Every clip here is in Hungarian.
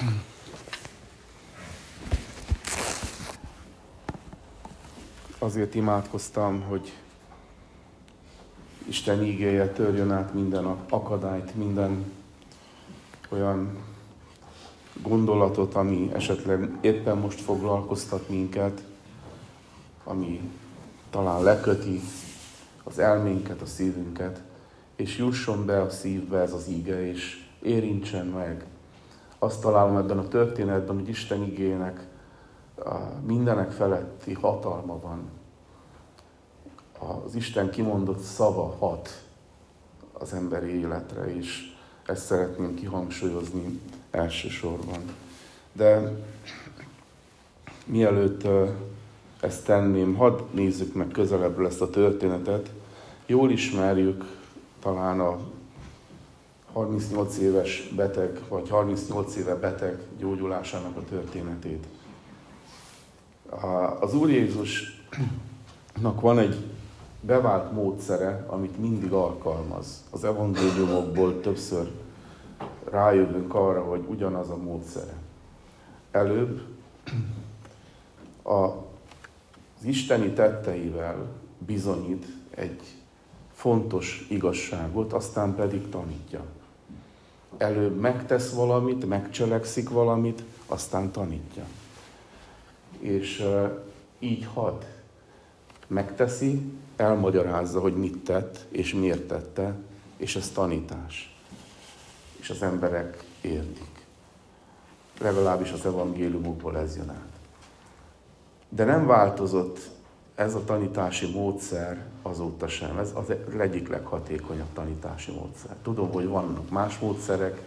Azért imádkoztam, hogy Isten ígéje törjön át minden akadályt, minden olyan gondolatot, ami esetleg éppen most foglalkoztat minket, ami talán leköti az elménket, a szívünket, és jusson be a szívbe ez az íge, és érintsen meg. Azt találom ebben a történetben, hogy Isten igének mindenek feletti hatalma van. Az Isten kimondott szava hat az emberi életre, és ezt szeretném kihangsúlyozni elsősorban. De mielőtt ezt tenném, hadd nézzük meg közelebbről ezt a történetet. Jól ismerjük talán a 38 éves beteg, vagy 38 éve beteg gyógyulásának a történetét. Az Úr Jézusnak van egy bevált módszere, amit mindig alkalmaz. Az evangéliumokból többször rájövünk arra, hogy ugyanaz a módszere. Előbb az isteni tetteivel bizonyít egy fontos igazságot, aztán pedig tanítja. Előbb megtesz valamit, megcselekszik valamit, aztán tanítja. És így had. Megteszi, elmagyarázza, hogy mit tett, és miért tette, és ez tanítás. És az emberek értik. Legalábbis az evangéliumokból ez jön át. De nem változott ez a tanítási módszer azóta sem. Ez az egyik leghatékonyabb tanítási módszer. Tudom, hogy vannak más módszerek,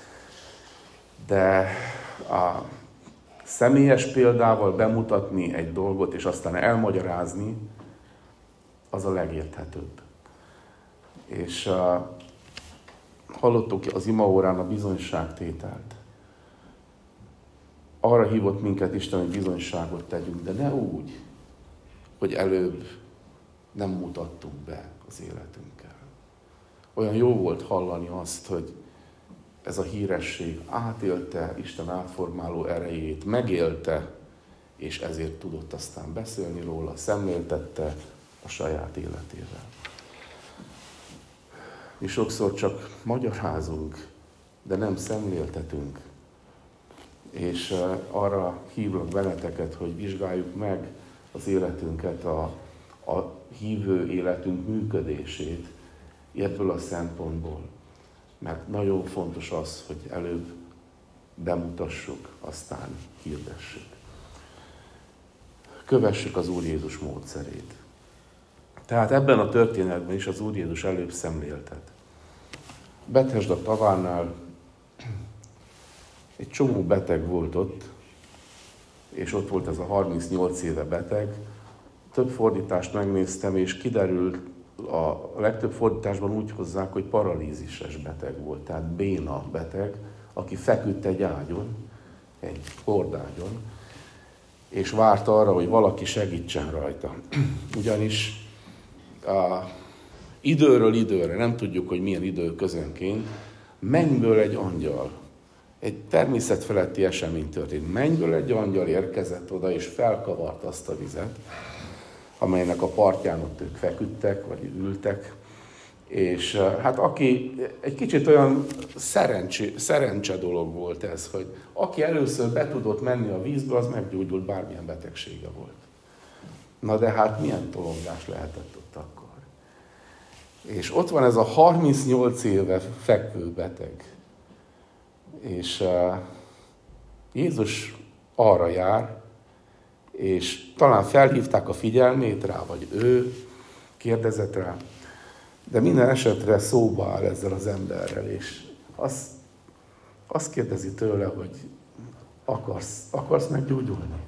de a személyes példával bemutatni egy dolgot, és aztán elmagyarázni, az a legérthetőbb. És hallottuk az imaórán a bizonyságtételt. Arra hívott minket Isten, hogy bizonyságot tegyünk, de ne úgy, hogy előbb nem mutattuk be az életünkkel. Olyan jó volt hallani azt, hogy ez a híresség átélte Isten átformáló erejét, megélte, és ezért tudott aztán beszélni róla, szemléltette a saját életével. Mi sokszor csak magyarázunk, de nem szemléltetünk. És arra hívlak benneteket, hogy vizsgáljuk meg az életünket, a hívő életünk működését ebből a szempontból. Mert nagyon fontos az, hogy előbb bemutassuk, aztán hirdessük. Kövessük az Úr Jézus módszerét. Tehát ebben a történetben is az Úr Jézus előbb szemléltet. Bethesda tavánál egy csomó beteg volt ott, és ott volt ez a 38 éve beteg. Több fordítást megnéztem, és kiderült, a legtöbb fordításban úgy hozzák, hogy paralízises beteg volt, tehát béna beteg, aki feküdt egy ágyon, egy kordágyon, és várt arra, hogy valaki segítsen rajta. Ugyanis időről időre, nem tudjuk, hogy milyen időközönként, mennyből egy angyal, egy természetfeletti esemény történt. Mennyből egy angyal érkezett oda, és felkavart azt a vizet, amelynek a partján ott ők feküdtek, vagy ültek. És hát aki, egy kicsit olyan szerencse dolog volt ez, hogy aki először be tudott menni a vízbe, az meggyógyult, bármilyen betegsége volt. Na de hát milyen tolongás lehetett ott akkor? És ott van ez a 38 éve fekvő beteg. És Jézus arra jár, és talán felhívták a figyelmét rá, vagy ő kérdezett rá, de minden esetre szóba áll ezzel az emberrel, és azt kérdezi tőle, hogy akarsz meggyógyulni?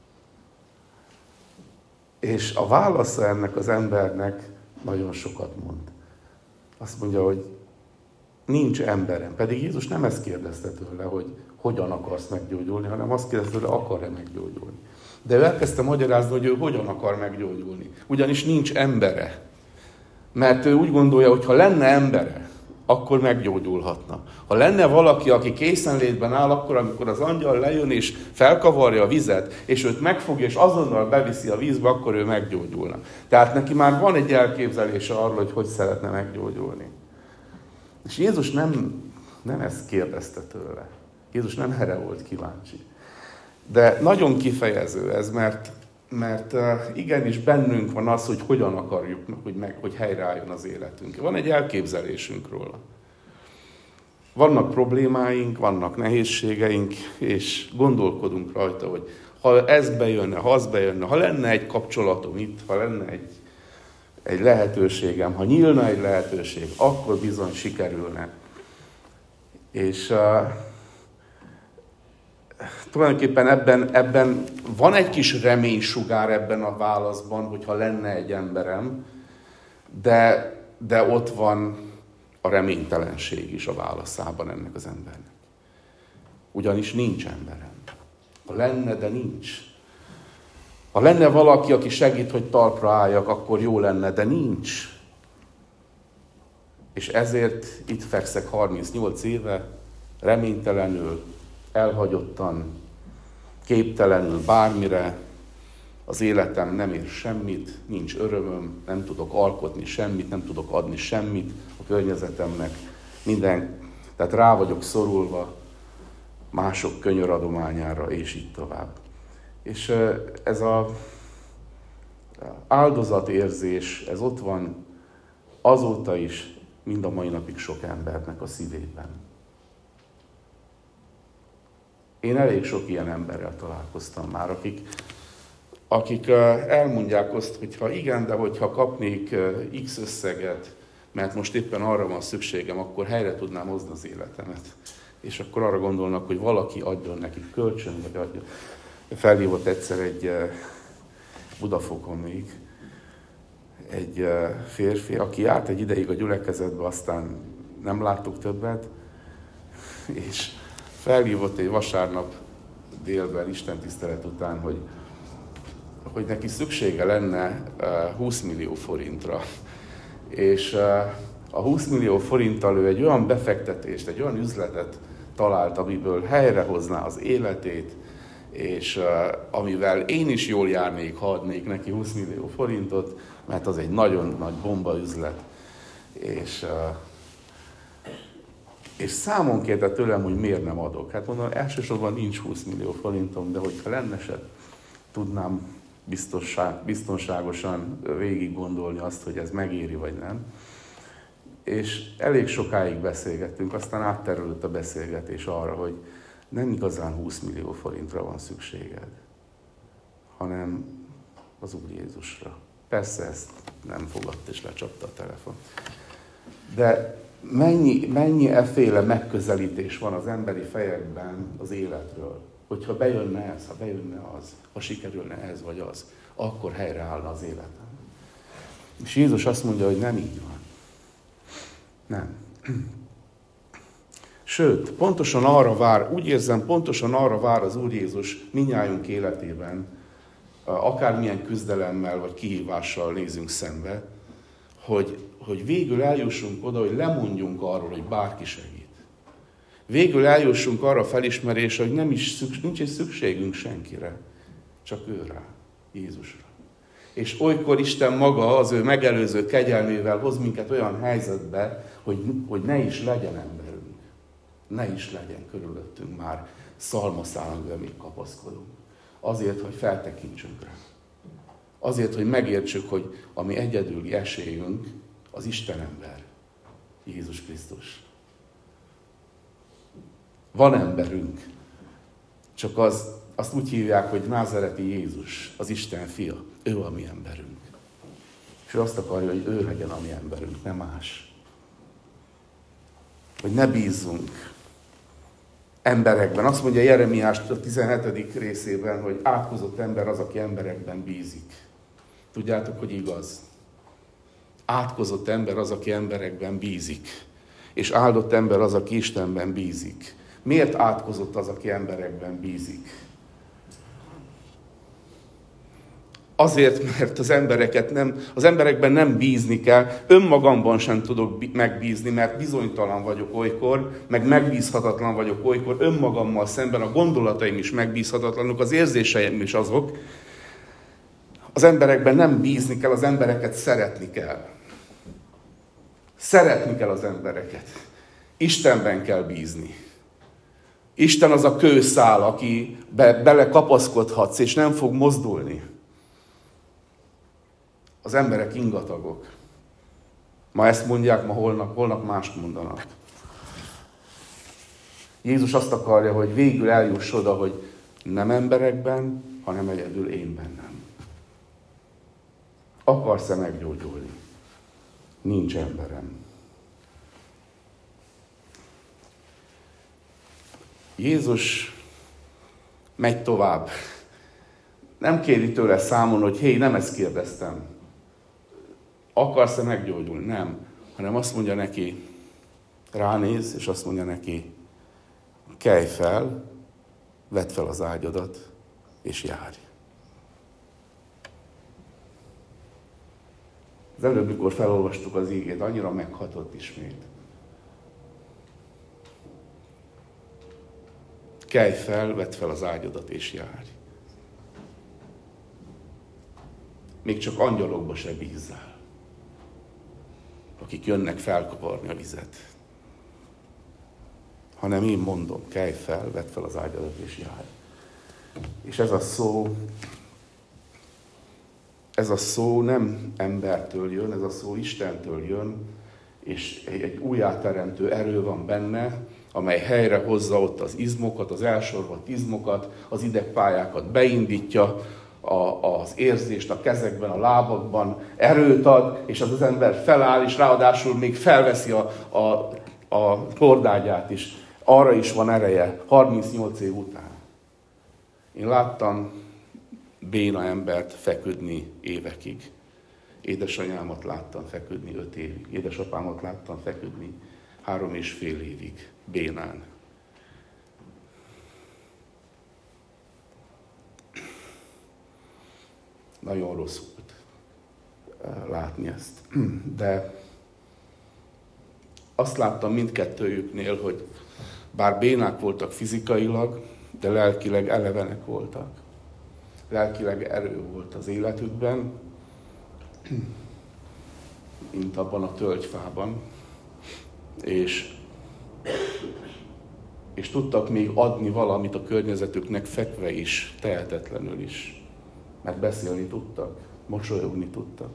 És a válasza ennek az embernek nagyon sokat mond. Azt mondja, hogy nincs emberem. Pedig Jézus nem ezt kérdezte tőle, hogy hogyan akarsz meggyógyulni, hanem azt kérdezte tőle, akar-e meggyógyulni. De ő elkezdte magyarázni, hogy ő hogyan akar meggyógyulni. Ugyanis nincs embere. Mert ő úgy gondolja, hogy ha lenne embere, akkor meggyógyulhatna. Ha lenne valaki, aki készenlétben áll, akkor, amikor az angyal lejön és felkavarja a vizet, és őt megfogja, és azonnal beviszi a vízbe, akkor ő meggyógyulna. Tehát neki már van egy elképzelése arról, hogy szeretne meggyógyulni. És Jézus nem ezt kérdezte tőle. Jézus nem erre volt kíváncsi. De nagyon kifejező ez, mert igenis bennünk van az, hogy hogyan akarjuk, hogy helyreálljon az életünk. Van egy elképzelésünk róla. Vannak problémáink, vannak nehézségeink, és gondolkodunk rajta, hogy ha ez bejönne, ha az bejönne, ha lenne egy kapcsolatom itt, ha lenne egy lehetőségem, ha nyílna egy lehetőség, akkor bizony sikerülne. És tulajdonképpen ebben van egy kis reménysugár ebben a válaszban, hogyha lenne egy emberem, de ott van a reménytelenség is a válaszában ennek az embernek. Ugyanis nincs emberem. Ha lenne, de nincs. Ha lenne valaki, aki segít, hogy talpra álljak, akkor jó lenne, de nincs. És ezért itt fekszek 38 éve, reménytelenül, elhagyottan, képtelenül bármire, az életem nem ér semmit, nincs örömöm, nem tudok alkotni semmit, nem tudok adni semmit a környezetemnek, tehát rá vagyok szorulva mások könyöradományára, és így tovább. És ez az áldozatérzés, ez ott van azóta is, mind a mai napig sok embernek a szívében. Én elég sok ilyen emberrel találkoztam már, akik elmondják azt, hogy ha igen, de hogyha kapnék X összeget, mert most éppen arra van szükségem, akkor helyre tudnám hozni az életemet. És akkor arra gondolnak, hogy valaki adjon nekik kölcsön, vagy adjon. Felhívott egyszer egy Budafokon még egy férfi, aki járt egy ideig a gyülekezetbe, aztán nem láttuk többet, és felhívott egy vasárnap délben, istentisztelet után, hogy neki szüksége lenne 20 millió forintra. És a 20 millió forinttal ő egy olyan befektetést, egy olyan üzletet talált, amiből helyrehozná az életét, és amivel én is jól járnék, ha adnék neki 20 millió forintot, mert az egy nagyon nagy bomba üzlet. És számon kérte tőlem, hogy miért nem adok. Hát mondom, elsősorban nincs 20 millió forintom, de hogyha lenne se, tudnám biztonságosan végig gondolni azt, hogy ez megéri vagy nem. És elég sokáig beszélgettünk, aztán átterült a beszélgetés arra, hogy nem igazán 20 millió forintra van szükséged, hanem az Úr Jézusra. Persze ezt nem fogadta és lecsapta a telefon. De mennyi efféle megközelítés van az emberi fejekben az életről, hogyha bejönne ez, ha bejönne az, ha sikerülne ez vagy az, akkor helyreállna az életem. És Jézus azt mondja, hogy nem így van. Nem. Sőt, pontosan arra vár, úgy érzem, pontosan arra vár az Úr Jézus mindnyájunk életében, akármilyen küzdelemmel vagy kihívással nézünk szembe, hogy végül eljussunk oda, hogy lemondjunk arról, hogy bárki segít. Végül eljussunk arra a felismerésre, hogy nincs is szükségünk senkire, csak őre, Jézusra. És olykor Isten maga az ő megelőző kegyelmével hoz minket olyan helyzetbe, hogy ne is legyen emberünk. Ne is legyen körülöttünk már szalmaszál, amivel mi kapaszkodunk. Azért, hogy feltekintsünk rá. Azért, hogy megértsük, hogy a mi egyedüli esélyünk az Isten ember, Jézus Krisztus. Van emberünk, csak azt úgy hívják, hogy názáreti Jézus, az Isten fia. Ő a mi emberünk. És ő azt akarja, hogy ő legyen a mi emberünk, nem más. Hogy ne bízzunk emberekben. Azt mondja Jeremiás a 17. részében, hogy átkozott ember az, aki emberekben bízik. Tudjátok, hogy igaz? Átkozott ember az, aki emberekben bízik. És áldott ember az, aki Istenben bízik. Miért átkozott az, aki emberekben bízik? Azért, mert az emberekben nem bízni kell, önmagamban sem tudok megbízni, mert bizonytalan vagyok olykor, meg megbízhatatlan vagyok olykor, önmagammal szemben a gondolataim is megbízhatatlanok, az érzéseim is azok. Az emberekben nem bízni kell, az embereket szeretni kell. Szeretni kell az embereket. Istenben kell bízni. Isten az a kőszál, aki belekapaszkodhatsz, és nem fog mozdulni. Az emberek ingatagok. Ma ezt mondják, ma holnap mást mondanak. Jézus azt akarja, hogy végül eljuss oda, hogy nem emberekben, hanem egyedül én bennem. Akarsz-e meggyógyulni? Nincs emberem. Jézus megy tovább. Nem kéri tőle számon, hogy hé, nem ezt kérdeztem. Akarsz-e meggyógyulni? Nem. Hanem azt mondja neki, ránéz, és azt mondja neki, kelj fel, vedd fel az ágyadat, és járj. Az előbb, mikor felolvastuk az ígét, annyira meghatott ismét. Kelj fel, vedd fel az ágyadat, és járj. Még csak angyalokba se bízzál, akik jönnek felkavarni a vizet. Hanem én mondom, kelj fel, vedd fel az ágyadat, és járj. És ez a szó nem embertől jön, ez a szó Istentől jön, és egy újjáteremtő erő van benne, amely helyre hozza ott az izmokat, az elsorvadt izmokat, az idegpályákat beindítja, az érzést a kezekben, a lábakban, erőt ad, és az ember feláll, és ráadásul még felveszi a kordágyát is. Arra is van ereje, 38 év után. Én láttam béna embert feküdni évekig. Édesanyámat láttam feküdni 5 évig. Édesapámat láttam feküdni 3,5 évig bénán. Nagyon rossz volt látni ezt. De azt láttam mindkettőjüknél, hogy bár bénák voltak fizikailag, de lelkileg elevenek voltak. Lelkileg erő volt az életükben, mint abban a tölgyfában. És tudtak még adni valamit a környezetüknek fekve is, tehetetlenül is. Mert beszélni tudtak, mosolyogni tudtak.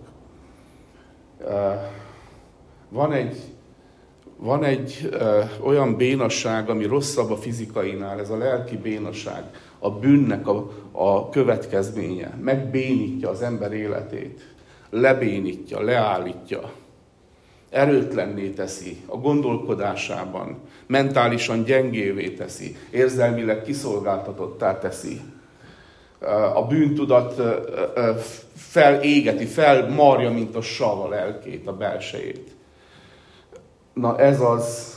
Van egy olyan bénasság, ami rosszabb a fizikainál, ez a lelki bénasság, a bűnnek a következménye. Megbénítja az ember életét, lebénítja, leállítja, erőtlenné teszi a gondolkodásában, mentálisan gyengévé teszi, érzelmileg kiszolgáltatottá teszi. A bűntudat felégeti, felmarja, mint a sav a lelkét, a belsejét. Na ez az,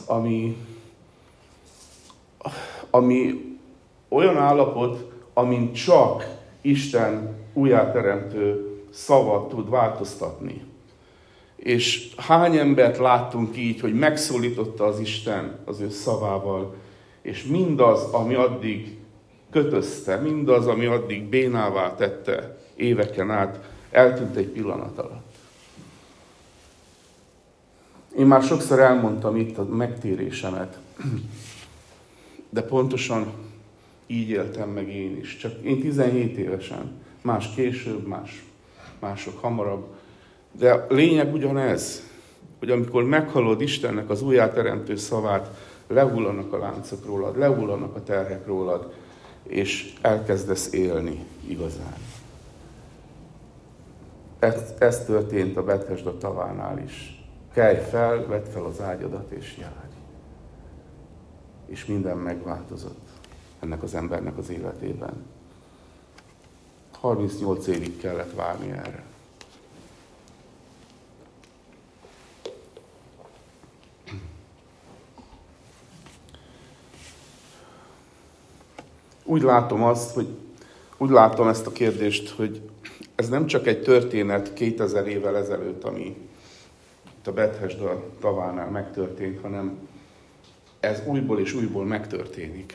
ami olyan állapot, amin csak Isten újjáteremtő szava tud változtatni. És hány embert láttunk így, hogy megszólította az Isten az ő szavával, és mindaz, ami addig kötözte, mindaz, ami addig bénává tette éveken át, eltűnt egy pillanat alatt. Én már sokszor elmondtam itt a megtérésemet, de pontosan így éltem meg én is. Csak én 17 évesen, más később, mások hamarabb. De a lényeg ugyanez, hogy amikor meghallod Istennek az újjáteremtő szavát, lehullanak a láncok rólad, lehullanak a terhek rólad, és elkezdesz élni igazán. Ez történt a Bethesda tavánál is. Kelj fel, vedd fel az ágyadat, és járj. És minden megváltozott ennek az embernek az életében. 38 évig kellett várni erre. Úgy látom ezt a kérdést, hogy ez nem csak egy történet 2000 évvel ezelőtt, ami itt a Bethesda tavánál megtörtént, hanem ez újból és újból megtörténik.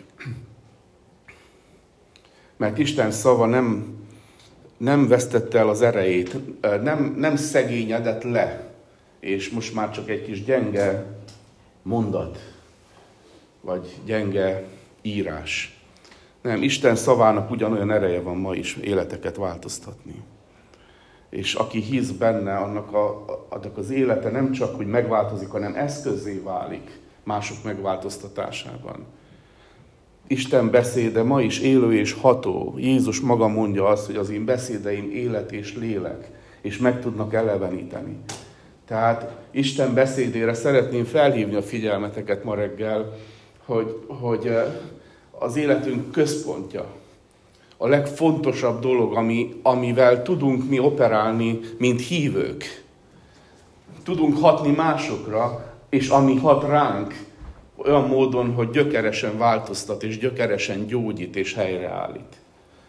Mert Isten szava nem vesztette el az erejét, nem szegényedett le, és most már csak egy kis gyenge mondat, vagy gyenge írás. Nem, Isten szavának ugyanolyan ereje van ma is életeket változtatni. És aki hisz benne, annak az élete nem csak, hogy megváltozik, hanem eszközzé válik mások megváltoztatásában. Isten beszéde ma is élő és ható. Jézus maga mondja azt, hogy az én beszédeim élet és lélek, és meg tudnak eleveníteni. Tehát Isten beszédére szeretném felhívni a figyelmeteket ma reggel, hogy az életünk központja, a legfontosabb dolog, amivel tudunk mi operálni, mint hívők. Tudunk hatni másokra, és ami hat ránk, olyan módon, hogy gyökeresen változtat, és gyökeresen gyógyít, és helyreállít.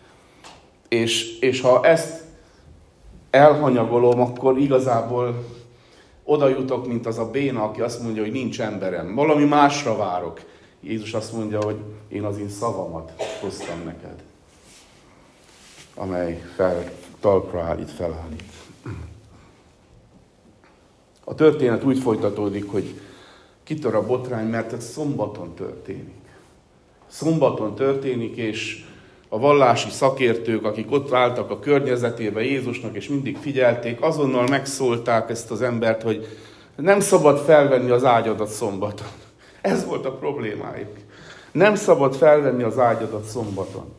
És ha ezt elhanyagolom, akkor igazából oda jutok, mint az a béna, aki azt mondja, hogy nincs emberem. Valami másra várok. Jézus azt mondja, hogy én az én szavamat hoztam neked, amely talpra állít, felállít. A történet úgy folytatódik, hogy kitör a botrány, mert ez szombaton történik. Szombaton történik, és a vallási szakértők, akik ott álltak a környezetében Jézusnak, és mindig figyelték, azonnal megszólták ezt az embert, hogy nem szabad felvenni az ágyadat szombaton. Ez volt a problémájuk. Nem szabad felvenni az ágyadat szombaton.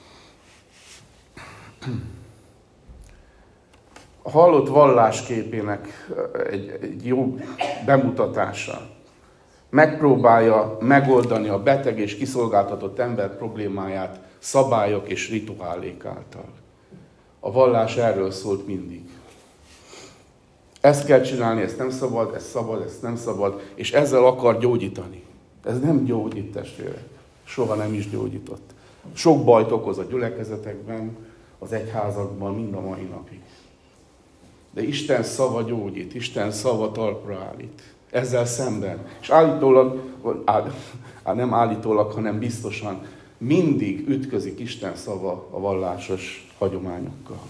A hallott vallásképének egy jó bemutatása. Megpróbálja megoldani a beteg és kiszolgáltatott ember problémáját szabályok és rituálék által. A vallás erről szólt mindig. Ezt kell csinálni, ezt nem szabad, ezt szabad, ezt nem szabad, és ezzel akar gyógyítani. Ez nem gyógyít, testvérek. Soha nem is gyógyított. Sok bajt okoz a gyülekezetekben, az egyházakban, mind a mai napig. De Isten szava gyógyít, Isten szava talpra állít. Ezzel szemben. És állítólag, nem állítólag, hanem biztosan mindig ütközik Isten szava a vallásos hagyományokkal.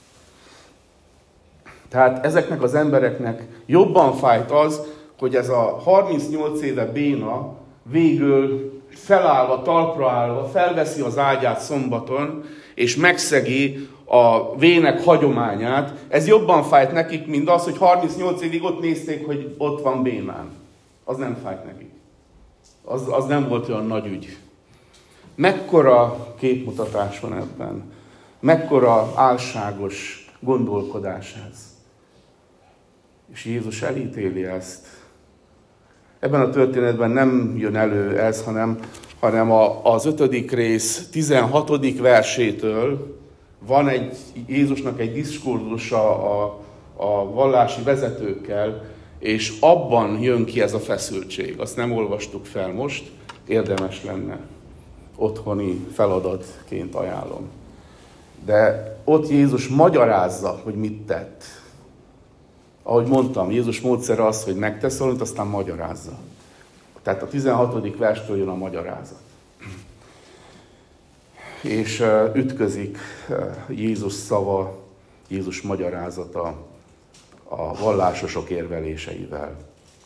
Tehát ezeknek az embereknek jobban fájt az, hogy ez a 38 éve béna végül felállva, talpra állva, felveszi az ágyát szombaton, és megszegi a vének hagyományát. Ez jobban fájt nekik, mint az, hogy 38 évig ott nézték, hogy ott van bénán. Az nem fájt nekik. Az nem volt olyan nagy ügy. Mekkora képmutatás van ebben. Mekkora álságos gondolkodás ez. És Jézus elítéli ezt. Ebben a történetben nem jön elő ez, hanem az 5. rész 16. versétől van Jézusnak egy diskurzusa a vallási vezetőkkel, és abban jön ki ez a feszültség. Azt nem olvastuk fel most, érdemes lenne. Otthoni feladatként ajánlom. De ott Jézus magyarázza, hogy mit tett. Ahogy mondtam, Jézus módszere az, hogy megtesz valamit, aztán magyarázza. Tehát a 16. verstől jön a magyarázat. És ütközik Jézus szava, Jézus magyarázata a vallásosok érveléseivel.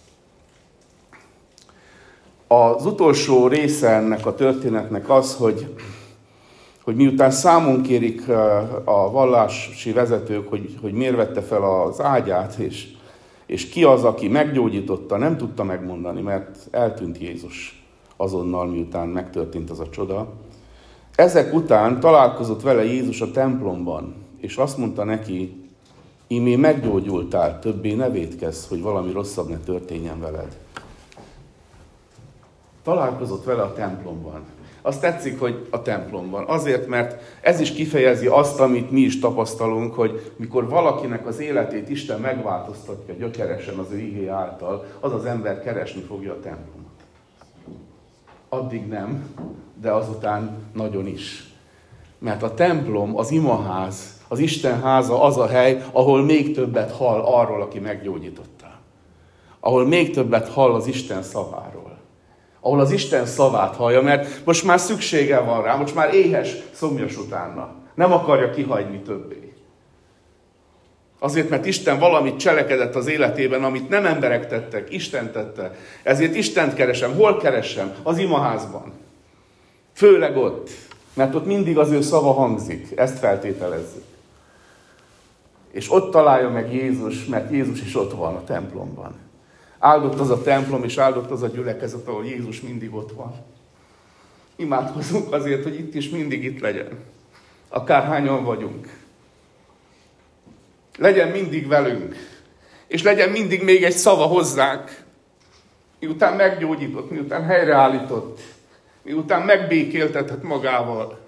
Az utolsó része ennek a történetnek az, hogy miután számon kérik a vallási vezetők, hogy miért vette fel az ágyát, és ki az, aki meggyógyította, nem tudta megmondani, mert eltűnt Jézus azonnal, miután megtörtént az a csoda. Ezek után találkozott vele Jézus a templomban, és azt mondta neki, ímé meggyógyultál, többé ne vétkezz, hogy valami rosszabb ne történjen veled. Találkozott vele a templomban. Azt tetszik, hogy a templomban. Azért, mert ez is kifejezi azt, amit mi is tapasztalunk, hogy mikor valakinek az életét Isten megváltoztatja gyökeresen az ő igéje által, az az ember keresni fogja a templomot. Addig nem, de azután nagyon is. Mert a templom, az imaház, Az Isten háza az a hely, ahol még többet hall arról, aki meggyógyította. Ahol még többet hall az Isten szaváról. Ahol az Isten szavát hallja, mert most már szüksége van rá, most már éhes, szomjas utána. Nem akarja kihagyni többé. Azért, mert Isten valamit cselekedett az életében, amit nem emberek tettek, Isten tette. Ezért Istent keresem. Hol keresem? Az imaházban. Főleg ott. Mert ott mindig az ő szava hangzik. Ezt feltételezzük. És ott találja meg Jézus, mert Jézus is ott van a templomban. Áldott az a templom, és áldott az a gyülekezet, ahol Jézus mindig ott van. Imádkozunk azért, hogy itt is mindig itt legyen. Akárhányan vagyunk. Legyen mindig velünk. És legyen mindig még egy szava hozzánk. Miután meggyógyított, miután helyreállított, miután megbékéltetett magával.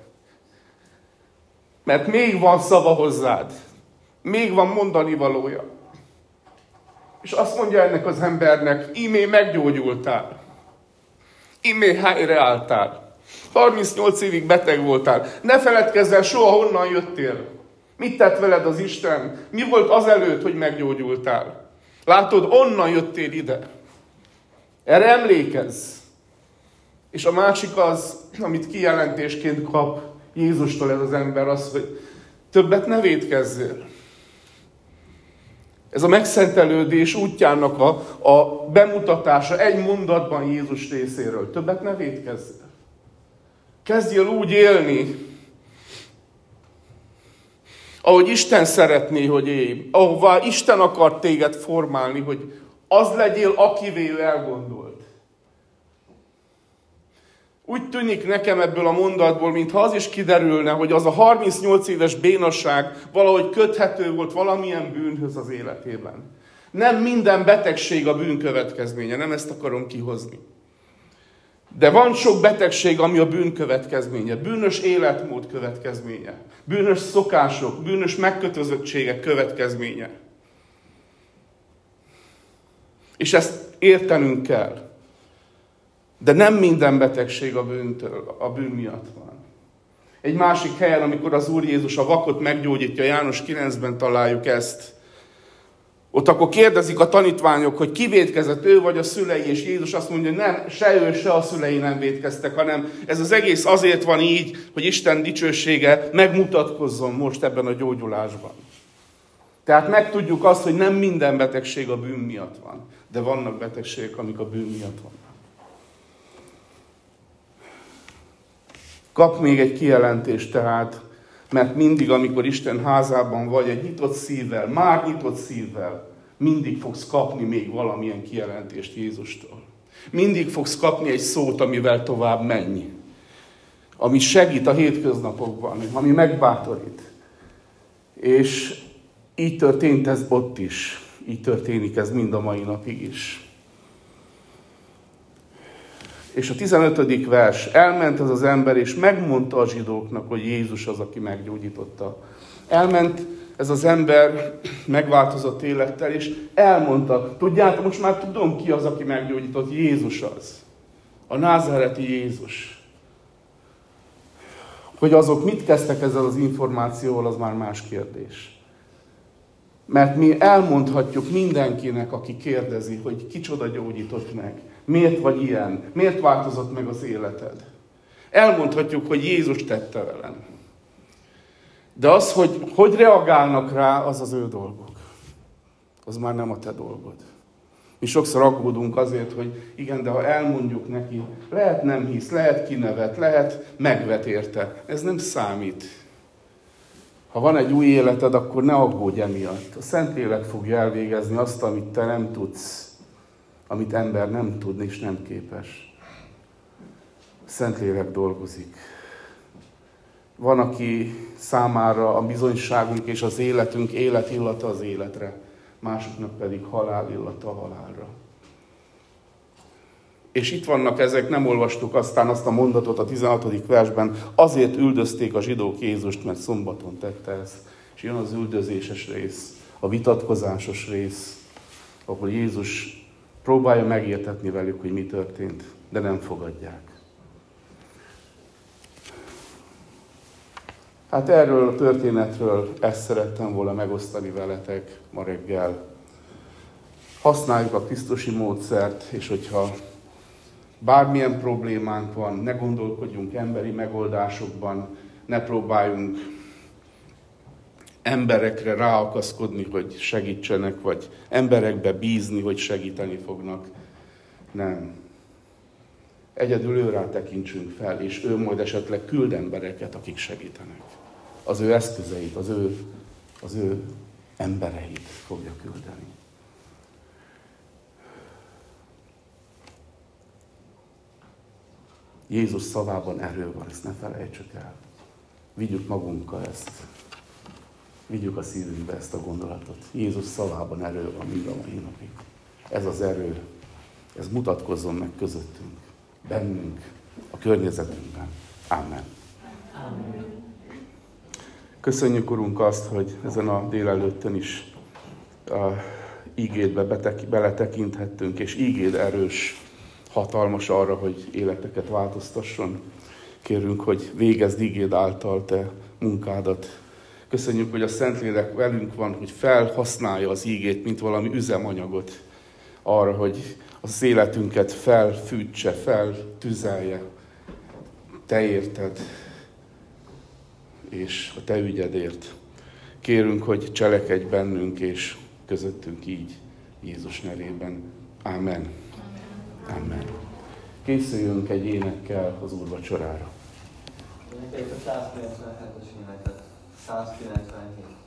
Mert még van szava hozzád. Még van mondani valója. És azt mondja ennek az embernek, ímé meggyógyultál. Ímé helyreálltál. 38 évig beteg voltál. Ne feledkezz el soha, honnan jöttél. Mit tett veled az Isten? Mi volt azelőtt, hogy meggyógyultál? Látod, onnan jöttél ide. Erre emlékezz. És a másik az, amit kijelentésként kap Jézustól ez az ember, az, hogy többet ne vétkezzél. Ez a megszentelődés útjának a bemutatása egy mondatban Jézus részéről. Többet ne vétkezzél. Kezdjél úgy élni, ahogy Isten szeretné, hogy élj. Ahová Isten akar téged formálni, hogy az legyél, akivé ő elgondolt. Úgy tűnik nekem ebből a mondatból, mintha az is kiderülne, hogy az a 38 éves bénasság valahogy köthető volt valamilyen bűnhöz az életében. Nem minden betegség a bűn következménye, nem ezt akarom kihozni. De van sok betegség, ami a bűn következménye, bűnös életmód következménye, bűnös szokások, bűnös megkötözöttségek következménye. És ezt értenünk kell. De nem minden betegség a bűn miatt van. Egy másik helyen, amikor az Úr Jézus a vakot meggyógyítja, János 9-ben találjuk ezt. Ott akkor kérdezik a tanítványok, hogy ki vétkezett, ő vagy a szülei, és Jézus azt mondja, hogy nem, se ő, se a szülei nem vétkeztek, hanem ez az egész azért van így, hogy Isten dicsősége megmutatkozzon most ebben a gyógyulásban. Tehát megtudjuk azt, hogy nem minden betegség a bűn miatt van, de vannak betegségek, amik a bűn miatt vannak. Kap még egy kijelentést tehát, mert mindig, amikor Isten házában vagy, egy nyitott szívvel, már nyitott szívvel, mindig fogsz kapni még valamilyen kijelentést Jézustól. Mindig fogsz kapni egy szót, amivel tovább menj. Ami segít a hétköznapokban, ami megbátorít. És így történt ez ott is. Így történik ez mind a mai napig is. És a 15. vers, elment ez az ember, és megmondta a zsidóknak, hogy Jézus az, aki meggyógyította. Elment ez az ember megváltozott élettel, és elmondta, tudjátok, most már tudom ki az, aki meggyógyított, Jézus az. A názáreti Jézus. Hogy azok mit kezdtek ezzel az információval, az már más kérdés. Mert mi elmondhatjuk mindenkinek, aki kérdezi, hogy kicsoda gyógyított meg. Miért vagy ilyen? Miért változott meg az életed? Elmondhatjuk, hogy Jézus tette velem. De az, hogy reagálnak rá, az az ő dolgok. Az már nem a te dolgod. Mi sokszor aggódunk azért, hogy igen, de ha elmondjuk neki, lehet nem hisz, lehet kinevet, lehet megvet érte. Ez nem számít. Ha van egy új életed, akkor ne aggódj emiatt. A Szentlélek fogja elvégezni azt, amit te nem tudsz. Amit ember nem tud és nem képes. A Szentlélek dolgozik. Van, aki számára a bizonyságunk és az életünk életillata az életre, másoknak pedig halál illata a halálra. És itt vannak ezek, nem olvastuk aztán azt a mondatot a 16. versben, azért üldözték a zsidók Jézust, mert szombaton tette ezt. És jön az üldözéses rész, a vitatkozásos rész, ahol Jézus próbálja megértetni velük, hogy mi történt, de nem fogadják. Hát erről a történetről ezt szerettem volna megosztani veletek ma reggel. Használjuk a krisztusi módszert, és hogyha bármilyen problémánk van, ne gondolkodjunk emberi megoldásokban, ne próbáljunk emberekre ráakaszkodni, hogy segítsenek, vagy emberekbe bízni, hogy segíteni fognak. Nem. Egyedül őrá tekintsünk fel, és ő majd esetleg küld embereket, akik segítenek. Az ő eszközeit, az ő embereit fogja küldeni. Jézus szavában erő van, ezt ne felejtsük el. Vigyük magunkkal ezt. Vigyük a szívünkbe ezt a gondolatot. Jézus szavában erő van mind a mai napig. Ez az erő, ez mutatkozzon meg közöttünk, bennünk, a környezetünkben. Amen. Amen. Köszönjük, Urunk, azt, hogy ezen a délelőttön is a ígédbe beletekinthettünk, és ígéd erős, hatalmas arra, hogy életeket változtasson. Kérünk, hogy végezd ígéd által te munkádat. Köszönjük, hogy a Szentlélek velünk van, hogy felhasználja az ígét, mint valami üzemanyagot arra, hogy az életünket felfűtse, feltüzelje. Te érted, és a te ügyedért. Kérünk, hogy cselekedj bennünk, és közöttünk így, Jézus nevében. Amen. Amen. Készüljünk egy énekkel az úrvacsorára. Énekeljük a 197-es éneket. 197.